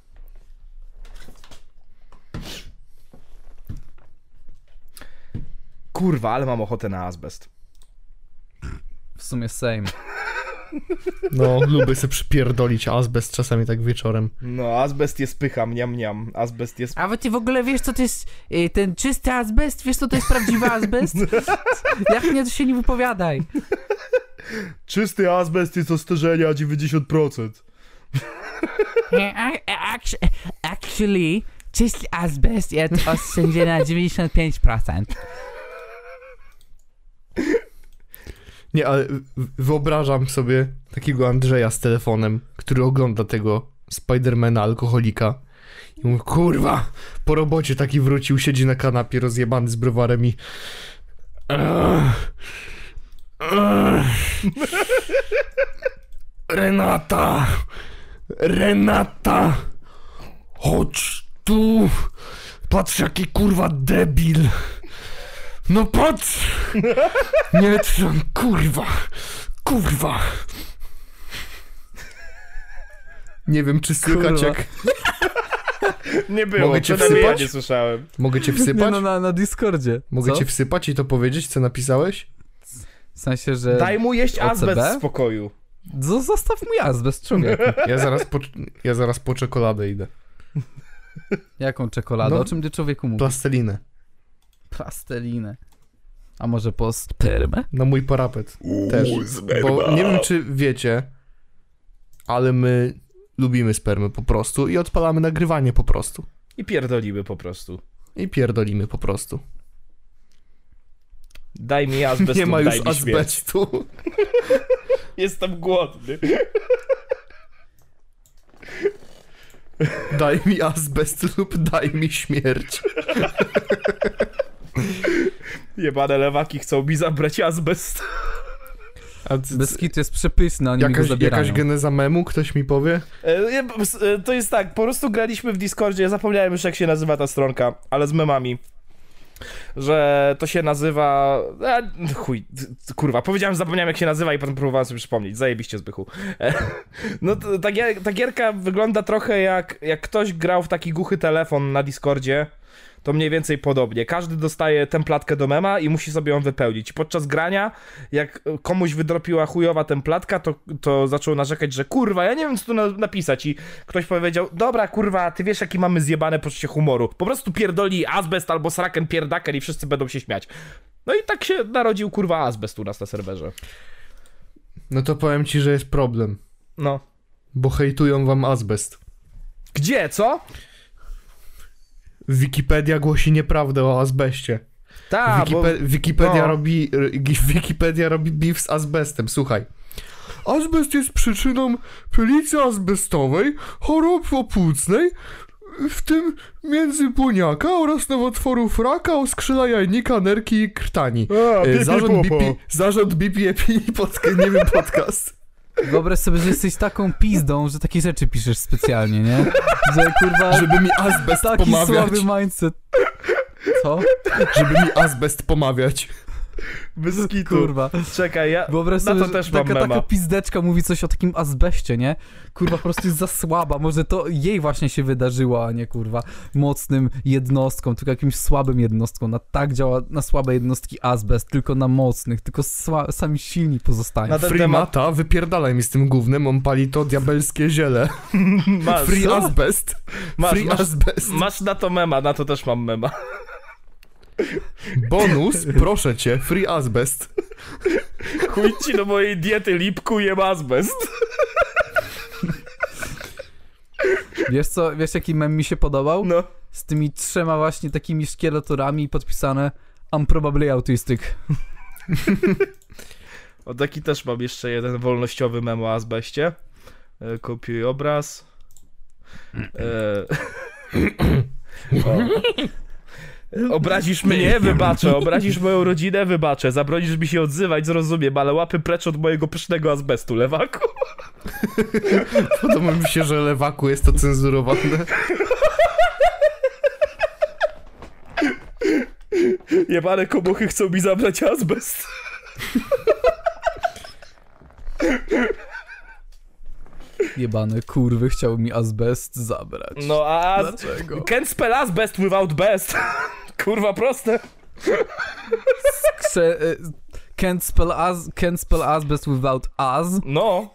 Kurwa, ale mam ochotę na azbest. W sumie same. No, lubię sobie przypierdolić azbest czasami tak wieczorem. No, azbest jest pycha, mniam, mniam. Azbest jest... A wy ty w ogóle wiesz, co to jest y, ten czysty azbest? Wiesz, co to jest prawdziwy azbest? Jak nie, to się nie wypowiadaj. Czysty azbest jest ostrzeżenia dziewięćdziesiąt procent. E, a- a- actu- Actually, czysty azbest jest oszczędzony na dziewięćdziesiąt pięć procent. Nie, ale w- wyobrażam sobie takiego Andrzeja z telefonem, który ogląda tego Spidermana alkoholika i mówi, kurwa, po robocie taki wrócił, siedzi na kanapie rozjebany z browarem i... Ech, ech. Renata! Renata! Chodź tu! Patrz jaki kurwa debil! No patrz! Nie trzymam, kurwa! Kurwa! Nie wiem, czy słychać Kurwa. jak... Nie było, Mogę cię przynajmniej ja wsypać? nie słyszałem. Mogę cię Nie wsypać? no, na, na Discordzie. Mogę Co? cię wsypać i to powiedzieć, co napisałeś? W sensie, że... Daj mu jeść O C B? azbest w spokoju. Z- Zostaw mój azbest, człowieku. Ja zaraz po, ja zaraz po czekoladę idę. Jaką czekoladę? No. O czym ty człowieku mówisz? Plastelinę. Plastelinę. A może po spermę? Na mój parapet. Też. Bo nie wiem, czy wiecie, ale my lubimy spermy po prostu i odpalamy nagrywanie po prostu. I pierdolimy po prostu. I pierdolimy po prostu. Daj mi azbest, Nie ma daj już mi śmierć. azbestu. Jestem głodny. Daj mi azbest lub daj mi śmierć. Jebane lewaki chcą mi zabrać azbest. A c- Bez kitu jest przepyszny, oni mi go jakaś, zabierają. jakaś geneza memu? Ktoś mi powie? E, nie, e, To jest tak, po prostu graliśmy w Discordzie, ja zapomniałem już jak się nazywa ta stronka, ale z memami. Że to się nazywa... E, chuj, kurwa, powiedziałem, zapomniałem jak się nazywa i potem próbowałem sobie przypomnieć. Zajebiście, Zbychu. E, no to, ta, gier, ta gierka wygląda trochę jak, jak ktoś grał w taki głuchy telefon na Discordzie. To mniej więcej podobnie. Każdy dostaje templatkę do mema i musi sobie ją wypełnić. Podczas grania, jak komuś wydropiła chujowa templatka, to, to zaczął narzekać, że kurwa, ja nie wiem co tu na, napisać. I ktoś powiedział, dobra kurwa, ty wiesz jaki mamy zjebane poczucie humoru. Po prostu pierdoli azbest albo sraken pierdaker i wszyscy będą się śmiać. No i tak się narodził kurwa azbest u nas na serwerze. No to powiem ci, że jest problem. No. Bo hejtują wam azbest. Gdzie, co? Wikipedia głosi nieprawdę o azbeście. Ta, bo... Wikipe- Wikipedia, no. robi, r- Wikipedia robi beef z azbestem, słuchaj. Azbest jest przyczyną pylicy azbestowej, chorób popłucnej, w tym międzypłoniaka oraz nowotworów raka, oskrzela jajnika, nerki i krtani. A, E, pipi, Zarząd B popo. P, zarząd B P E P, podcast, nie wiem, podcast. Wyobraź sobie, że jesteś taką pizdą, że takie rzeczy piszesz specjalnie, nie? Że kurwa... Żeby mi azbest taki pomawiać. słaby mindset. Co? Żeby mi azbest pomawiać. Bez kitu. Kurwa. Czekaj, ja Wyobraź na sobie, to że też mam taka, mema. taka pizdeczka mówi coś o takim azbeście, nie? Kurwa, po prostu jest za słaba. Może to jej właśnie się wydarzyło, a nie kurwa mocnym jednostkom, tylko jakimś słabym jednostkom. Na tak działa na słabe jednostki azbest, tylko na mocnych, tylko sła- sami silni pozostają. Na ten Freemata, wypierdalaj mi z tym gównem, on pali to diabelskie ziele. Masz, Free co? azbest. Masz, Free masz, azbest. masz na to mema, na to też mam mema. Bonus, proszę cię, free azbest. Chuj ci do mojej diety, lipku, jem azbest. Wiesz co, wiesz jaki mem mi się podobał? No. Z tymi trzema właśnie takimi szkieletorami podpisane I'm probably autistic. O, taki też mam jeszcze jeden wolnościowy mem o azbeście. E, kopiuj obraz. E, o. Obrazisz mnie? Wybaczę. Obrazisz moją rodzinę? Wybaczę. Zabronisz mi się odzywać? Zrozumiem, ale łapy precz od mojego pysznego azbestu, lewaku. Podoba mi się, że lewaku jest to cenzurowane. Jebane komuchy chcą mi zabrać azbest. Jebane kurwy chciał mi azbest zabrać. No a... Dlaczego? Can't spell azbest without best. Kurwa, proste. Krze- y, can't, spell as- can't spell asbest without as. No.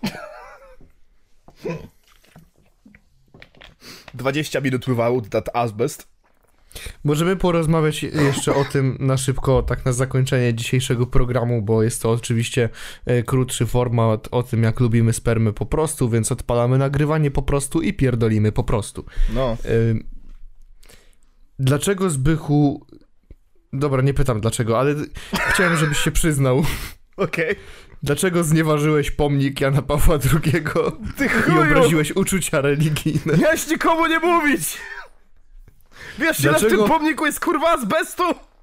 dwadzieścia minut without that azbest. Możemy porozmawiać jeszcze o tym na szybko, tak na zakończenie dzisiejszego programu, bo jest to oczywiście e, krótszy format o tym, jak lubimy spermy po prostu, więc odpalamy nagrywanie po prostu i pierdolimy po prostu. No. E, dlaczego Zbychu... Dobra, nie pytam dlaczego, ale chciałem, żebyś się przyznał. Okej. Okay. Dlaczego znieważyłeś pomnik Jana Pawła drugiego Ty i chuju! obraziłeś uczucia religijne? Miałeś nikomu nie mówić! Wiesz, ile w Dlaczego- tym pomniku jest kurwa azbestu?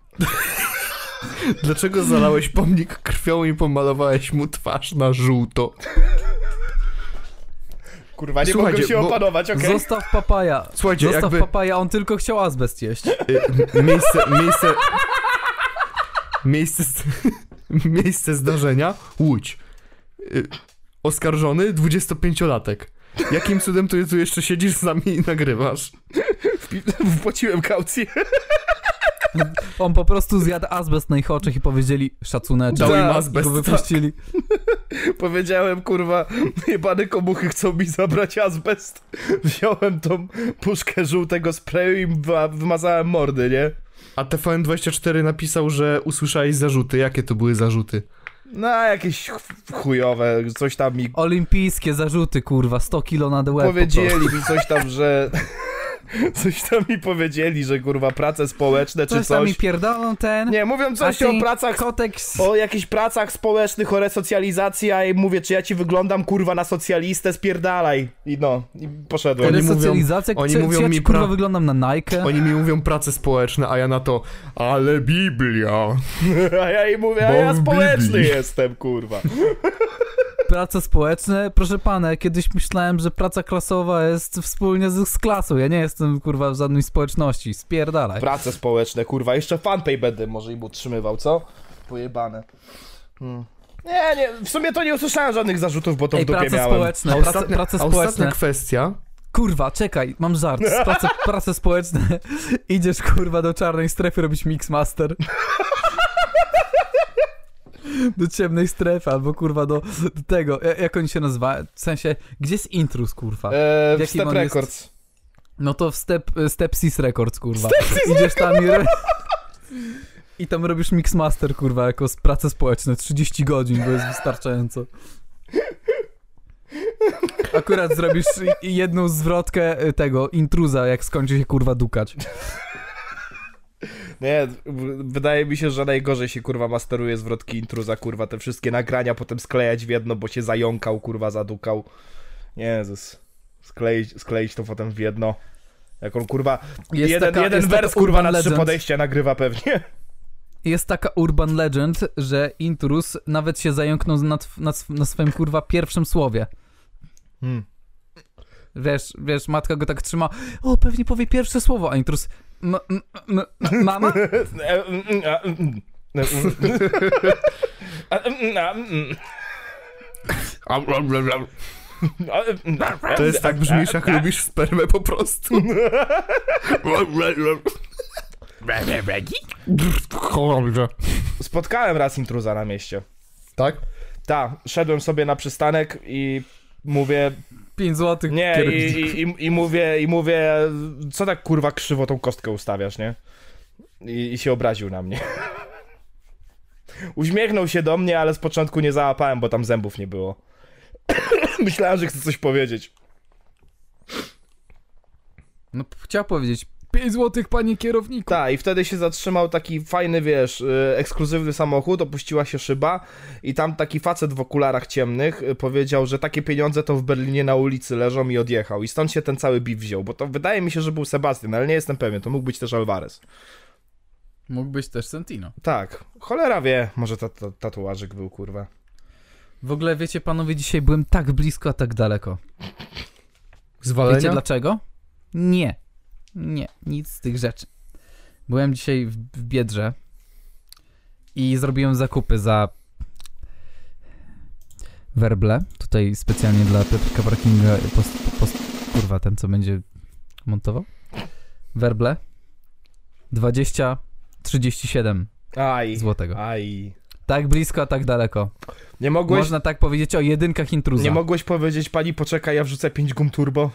Dlaczego zalałeś pomnik krwią i pomalowałeś mu twarz na żółto? Kurwa, nie Słuchajcie, mogę się bo- opanować, okej? Zostaw papaja. Słuchajcie, Zostaw jakby... papaja, on tylko chciał azbest jeść. Y, miejsce, miejsce, miejsce, miejsce zdarzenia, Łódź. Y, Oskarżony, dwudziestopięciolatek. Jakim cudem tu, tu jeszcze siedzisz z nami i nagrywasz? Wpłaciłem kaucję. On po prostu zjadł azbest na ich oczach i powiedzieli szacunek. Dał im Tak, azbest, I go wypuścili. Powiedziałem, kurwa, jebane komuchy chcą mi zabrać azbest. Wziąłem tą puszkę żółtego sprayu i wa- wymazałem mordy, nie? A T V N dwadzieścia cztery napisał, że usłyszałeś zarzuty. Jakie to były zarzuty? No, jakieś ch- chujowe, coś tam mi Olimpijskie zarzuty, kurwa, sto kilo na łeb. powiedzieli mi coś tam, że... Coś tam mi powiedzieli, że kurwa prace społeczne czy Coś tam mi coś. pierdolą ten. Nie, mówią coś a o ty, pracach, kotek z... o jakichś pracach społecznych, o resocjalizacji, a ja mówię, czy ja ci wyglądam kurwa na socjalistę, spierdalaj. I no, i poszedłem. Oni mówią- Resocjalizacja? oni Czy, mówią czy ja mi ci, kurwa pra- wyglądam na Nike? Oni mi mówią prace społeczne, a ja na to, ale Biblia. A ja im mówię, a Bo ja w społeczny Biblii. jestem, kurwa. Prace społeczne? Proszę pana, ja kiedyś myślałem, że praca klasowa jest wspólnie z, z klasą. Ja nie jestem, kurwa, w żadnej społeczności. Spierdalaj. Prace społeczne, kurwa, jeszcze fanpage będę może im utrzymywał, co? Pojebane. Hmm. Nie, nie, w sumie to nie usłyszałem żadnych zarzutów, bo to Ej, w dupie prace miałem. społeczne, A prace, ostatnia, prace a ostatnia społeczne. kwestia, Kurwa, czekaj, mam żart. Z prace, prace społeczne. Idziesz, kurwa, do czarnej strefy robić mixmaster. Do ciemnej strefy, albo kurwa do, do tego, ja- jak oni się nazywa? W sensie, gdzie jest intrus, kurwa? Eee, W w jakim Step on jest? Records. No to w Step, Step Sis Records, kurwa. Idziesz tam i... Re... I tam robisz mixmaster, kurwa, jako z prace społeczne. trzydzieści godzin, bo jest wystarczająco. Akurat zrobisz jedną zwrotkę tego intruza, jak skończy się, kurwa, dukać. Nie, w- wydaje mi się, że najgorzej się kurwa masteruje zwrotki intruza, kurwa, te wszystkie nagrania potem sklejać w jedno, bo się zająkał, kurwa, zadukał. Jezus. Skleić, skleić to potem w jedno. Jak on kurwa. Jest jeden taka- jeden jest wers taka kurwa urban na trzy legend. podejścia nagrywa pewnie. Jest taka urban legend, że intruz nawet się zająknął na, tw- na, sw- na swoim kurwa pierwszym słowie. Hmm. Wiesz, wiesz, matka go tak trzyma, o, pewnie powie pierwsze słowo, a intruz, m- m- m- mama? To jest tak brzmisz, jak lubisz spermę po prostu. Spotkałem raz intruza na mieście. Tak? Ta, szedłem sobie na przystanek i mówię, pięć złotych. nie, i, i, i, i mówię, i mówię, co tak kurwa krzywo tą kostkę ustawiasz, nie? I, i się obraził na mnie. Uśmiechnął się do mnie, ale z początku nie załapałem, bo tam zębów nie było. Myślałem, że chce coś powiedzieć. No, chciał powiedzieć, pięć złotych, panie kierowniku. Tak, i wtedy się zatrzymał taki fajny, wiesz, y, ekskluzywny samochód, opuściła się szyba i tam taki facet w okularach ciemnych y, powiedział, że takie pieniądze to w Berlinie na ulicy leżą i odjechał. I stąd się ten cały beef wziął, bo to wydaje mi się, że był Sebastian, ale nie jestem pewien, to mógł być też Alvarez. Mógł być też Sentino. Tak, cholera wie, może ta, ta, tatuażyk był, kurwa. W ogóle, wiecie, panowie, dzisiaj byłem tak blisko, a tak daleko. Zwalenia? Wiecie dlaczego? Nie. Nie, nic z tych rzeczy. Byłem dzisiaj w, w Biedrze i zrobiłem zakupy za werble. Tutaj specjalnie dla Piotrka Parkinga post, post, kurwa, ten co będzie montował. Werble. dwadzieścia trzydzieści siedem Aj, złotego. aj. Tak blisko, a tak daleko. Nie mogłeś, Można tak powiedzieć o jedynkach intruza. nie mogłeś powiedzieć, pani poczekaj, ja wrzucę pięć gum turbo?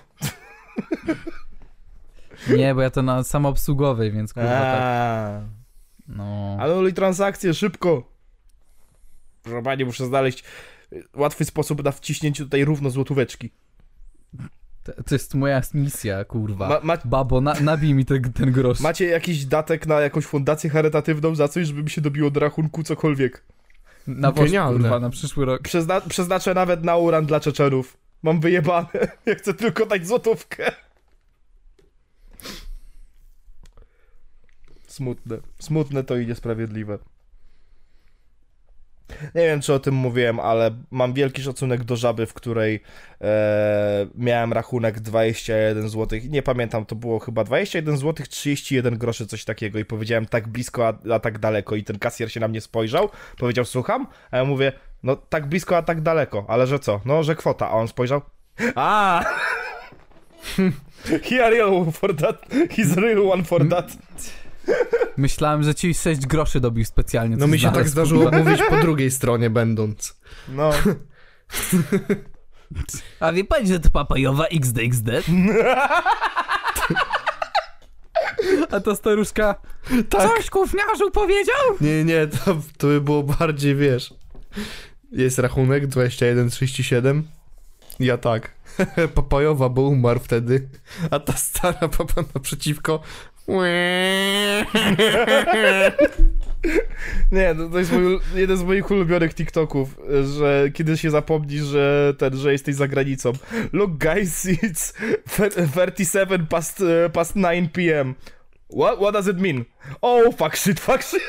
Nie, bo ja to na samoobsługowej, więc kurwa tak. A, No. anuluj transakcję, szybko. Proszę pani, muszę znaleźć łatwy sposób na wciśnięcie tutaj równo złotóweczki. To, to jest moja misja, kurwa. Ma, ma, Babo, na, nabij mi ten, ten grosz. macie jakiś datek na jakąś fundację charytatywną za coś, żeby mi się dobiło do rachunku cokolwiek? Na woż, Genialne. kurwa, na przyszły rok. Przezna przeznaczę nawet na uran dla Czeczenów. Mam wyjebane. Ja chcę tylko dać złotówkę. Smutne. Smutne to i niesprawiedliwe. Nie wiem, czy o tym mówiłem, ale mam wielki szacunek do żaby, w której e, miałem rachunek dwadzieścia jeden złotych. Nie pamiętam, to było chyba dwadzieścia jeden złotych, trzydzieści jeden groszy, coś takiego. I powiedziałem tak blisko, a, a tak daleko. I ten kasjer się na mnie spojrzał, powiedział, słucham? A ja mówię, no tak blisko, a tak daleko. Ale że co? No, że kwota. A on spojrzał, a he a real one for that. He's a real one for that. Myślałem, że ci sześć groszy dobił specjalnie. No co mi się tak znalazł, zdarzyło kurwa. mówić po drugiej stronie będąc. No. A wie pan, że to papajowa X D X D? A ta staruszka... Tak. Coś gówniarzu powiedział? Nie, nie, to, to by było bardziej, wiesz. Jest rachunek dwadzieścia jeden trzydzieści siedem. Ja tak. Papajowa, bo umarł wtedy. A ta stara papa naprzeciwko. Nie, to, to jest mój, jeden z moich ulubionych TikToków, że kiedy się zapomnisz, że ten, że jesteś za granicą. Look guys, it's thirty-seven past, uh, past nine p m What, what does it mean? Oh, fuck shit, fuck shit.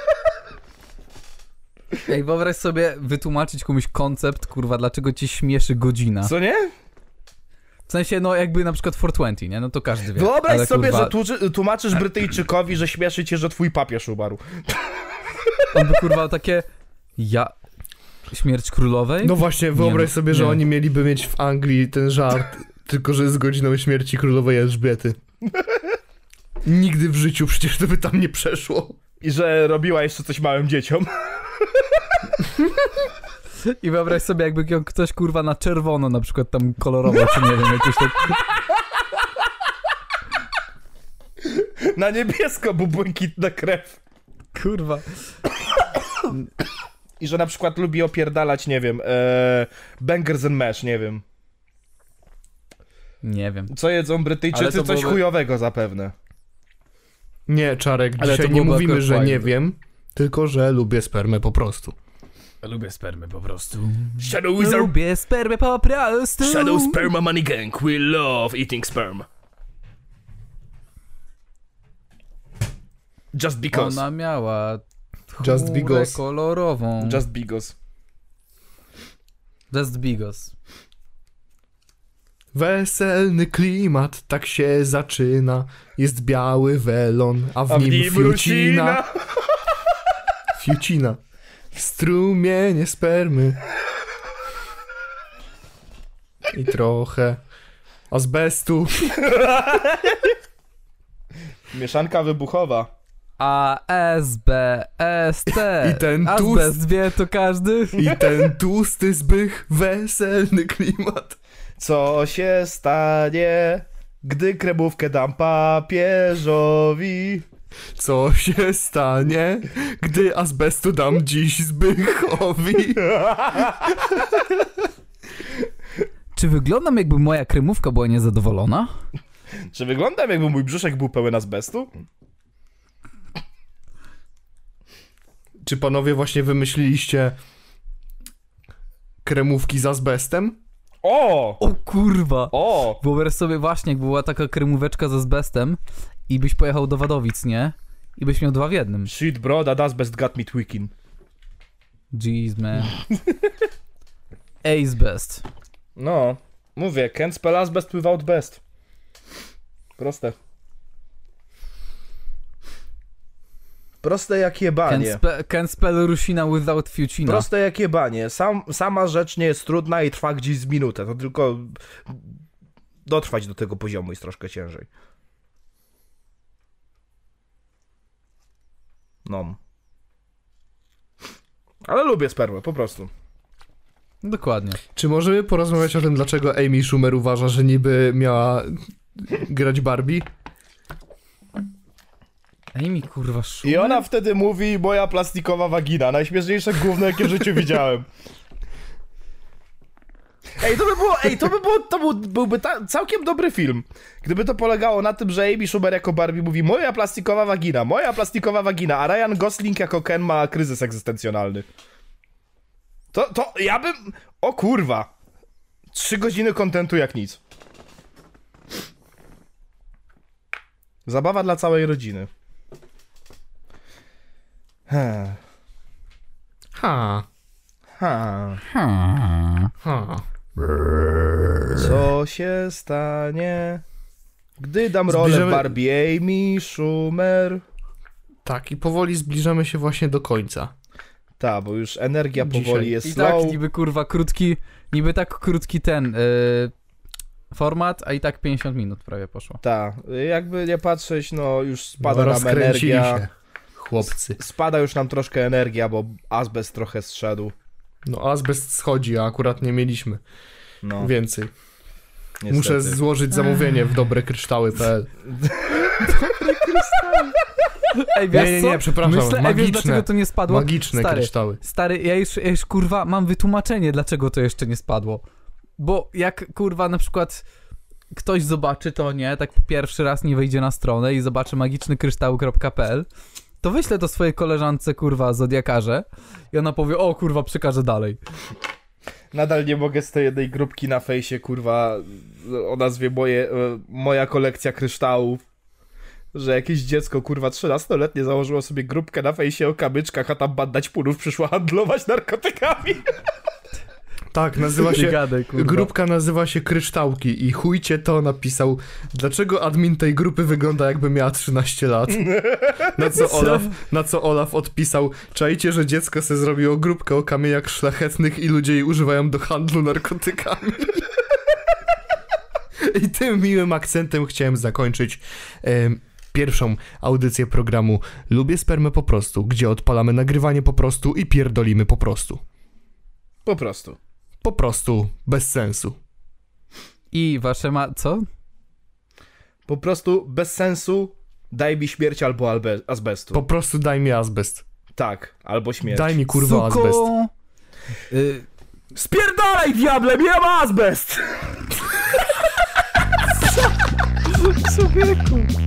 Ej, wyobraź sobie wytłumaczyć komuś koncept, kurwa, dlaczego cię śmieszy godzina. Co nie? W sensie, no jakby na przykład czterysta dwadzieścia, nie? No to każdy wie. Wyobraź Ale, sobie, kurwa, że tłuczy, tłumaczysz Brytyjczykowi, że śmieszy cię, że twój papież umarł. on by kurwa takie... Ja... Śmierć królowej? No właśnie, wyobraź no, sobie, że nie. oni mieliby mieć w Anglii ten żart, tylko że z godziną śmierci królowej Elżbiety. Nigdy w życiu przecież to by tam nie przeszło. I że robiła jeszcze coś małym dzieciom. I wyobraź sobie, jakby ją ktoś kurwa na czerwono na przykład tam kolorował, czy nie wiem, jakoś tak... Na niebiesko, bo błękitna krew. Kurwa. I że na przykład lubi opierdalać, nie wiem, ee, bangers and mash, nie wiem. Nie wiem. Co jedzą Ale Brytyjczycy? to Coś byłoby- chujowego zapewne. Nie, Czarek, Ale dzisiaj to nie byłoby mówimy, akurat że fajne. nie wiem, tylko że lubię spermę po prostu. Lubię spermę po prostu. Shadow is our... Lubię spermę po prostu. Shadow Sperma Money Gang, we love eating sperm. Just because. Ona miała Just chmurę because. kolorową. Just because. Just bigos. Weselny klimat, tak się zaczyna. Jest biały welon, a w, A w nim, nim fiucina. rucina. Fiucina. Strumienie spermy. I trochę azbestu. Mieszanka wybuchowa. A S B S T. I ten tłust- Azbest wie to każdy. I ten tłusty zbych, weselny klimat. Co się stanie, gdy kremówkę dam papieżowi? Co się stanie, gdy azbestu dam dziś Zbychowi? Czy wyglądam, jakby moja kremówka była niezadowolona? Czy wyglądam, jakby mój brzuszek był pełen azbestu? Czy panowie właśnie wymyśliliście kremówki z azbestem? O! O kurwa! O! Wyobraź sobie właśnie, jakby była taka kremóweczka z azbestem i byś pojechał do Wadowic, nie? I byś miał dwa w jednym. Shit bro, that asbest got me tweaking. Jeez, man. Ace best. No, mówię, can't spell asbest without best. Proste. Proste jak Can, jebanie. spe can spell Rusina without Fucina. Proste jak jebanie. Sam, sama rzecz nie jest trudna i trwa gdzieś z minutę. To tylko dotrwać do tego poziomu jest troszkę ciężej. No. Ale lubię spermę, po prostu. Dokładnie. Czy możemy porozmawiać o tym, dlaczego Amy Schumer uważa, że niby miała grać Barbie? Ej mi kurwa Schumer. I ona wtedy mówi, moja plastikowa wagina. Najśmieszniejsze gówno, jakie w życiu widziałem. Ej, to by było, ej, to by było, to był, byłby ta, całkiem dobry film. Gdyby to polegało na tym, że Amy Schumer jako Barbie mówi, moja plastikowa wagina, moja plastikowa wagina, a Ryan Gosling jako Ken ma kryzys egzystencjonalny. To, to, ja bym, o kurwa. Trzy godziny kontentu jak nic. Zabawa dla całej rodziny. Ha. Ha, Ha. Hmm. ha. Co się stanie, gdy dam rolę Zbliżamy- Barbie Amy Schumer? Tak, i powoli zbliżamy się właśnie do końca. Ta, bo już energia Dzisiaj. powoli jest I slow. tak niby kurwa krótki, niby tak krótki ten y, format, a i tak pięćdziesiąt minut prawie poszło. Ta, jakby nie patrzeć, no już spada No, nam rozkręcili energia. się, chłopcy. Spada już nam troszkę energia, bo azbest trochę zszedł. No azbest schodzi, a akurat nie mieliśmy No, więcej. niestety. Muszę złożyć zamówienie w dobrekryształy kropka p l. Ej, wiesz Nie, nie, co? nie, przepraszam, Myślę, ej, wiesz magiczne. dlaczego to nie spadło? Magiczne Stary, kryształy. Stary, ja już, ja już kurwa mam wytłumaczenie, dlaczego to jeszcze nie spadło. Bo jak kurwa na przykład ktoś zobaczy to, nie, tak pierwszy raz nie wejdzie na stronę i zobaczy magiczny kryształy kropka p l, to wyślę to swojej koleżance kurwa zodiakarze i ona powie, o kurwa przekażę dalej. Nadal nie mogę z tej jednej grupki na fejsie, kurwa, o nazwie moje, e, moja kolekcja kryształów. Że jakieś dziecko, kurwa, trzynastoletnie założyło sobie grupkę na fejsie o kamyczkach, a tam banda ćpunów przyszła handlować narkotykami. Tak, nazywa się... Gadaj, kurwa. Grupka nazywa się Kryształki i chujcie to napisał, dlaczego admin tej grupy wygląda jakby miała trzynaście lat. Na co Olaf, na co Olaf odpisał, czajcie, że dziecko se zrobiło grupkę o kamieniach szlachetnych i ludzie jej używają do handlu narkotykami. I tym miłym akcentem chciałem zakończyć em, pierwszą audycję programu Lubię spermę po prostu, gdzie odpalamy nagrywanie po prostu i pierdolimy po prostu. Po prostu. Po prostu bez sensu. I wasze ma... co? Po prostu bez sensu daj mi śmierć albo albe- azbestu. Po prostu daj mi azbest. Tak, albo śmierć. Daj mi kurwa Suko! azbest. Y, Spierdalaj, diable, miałem azbest! Człowieku!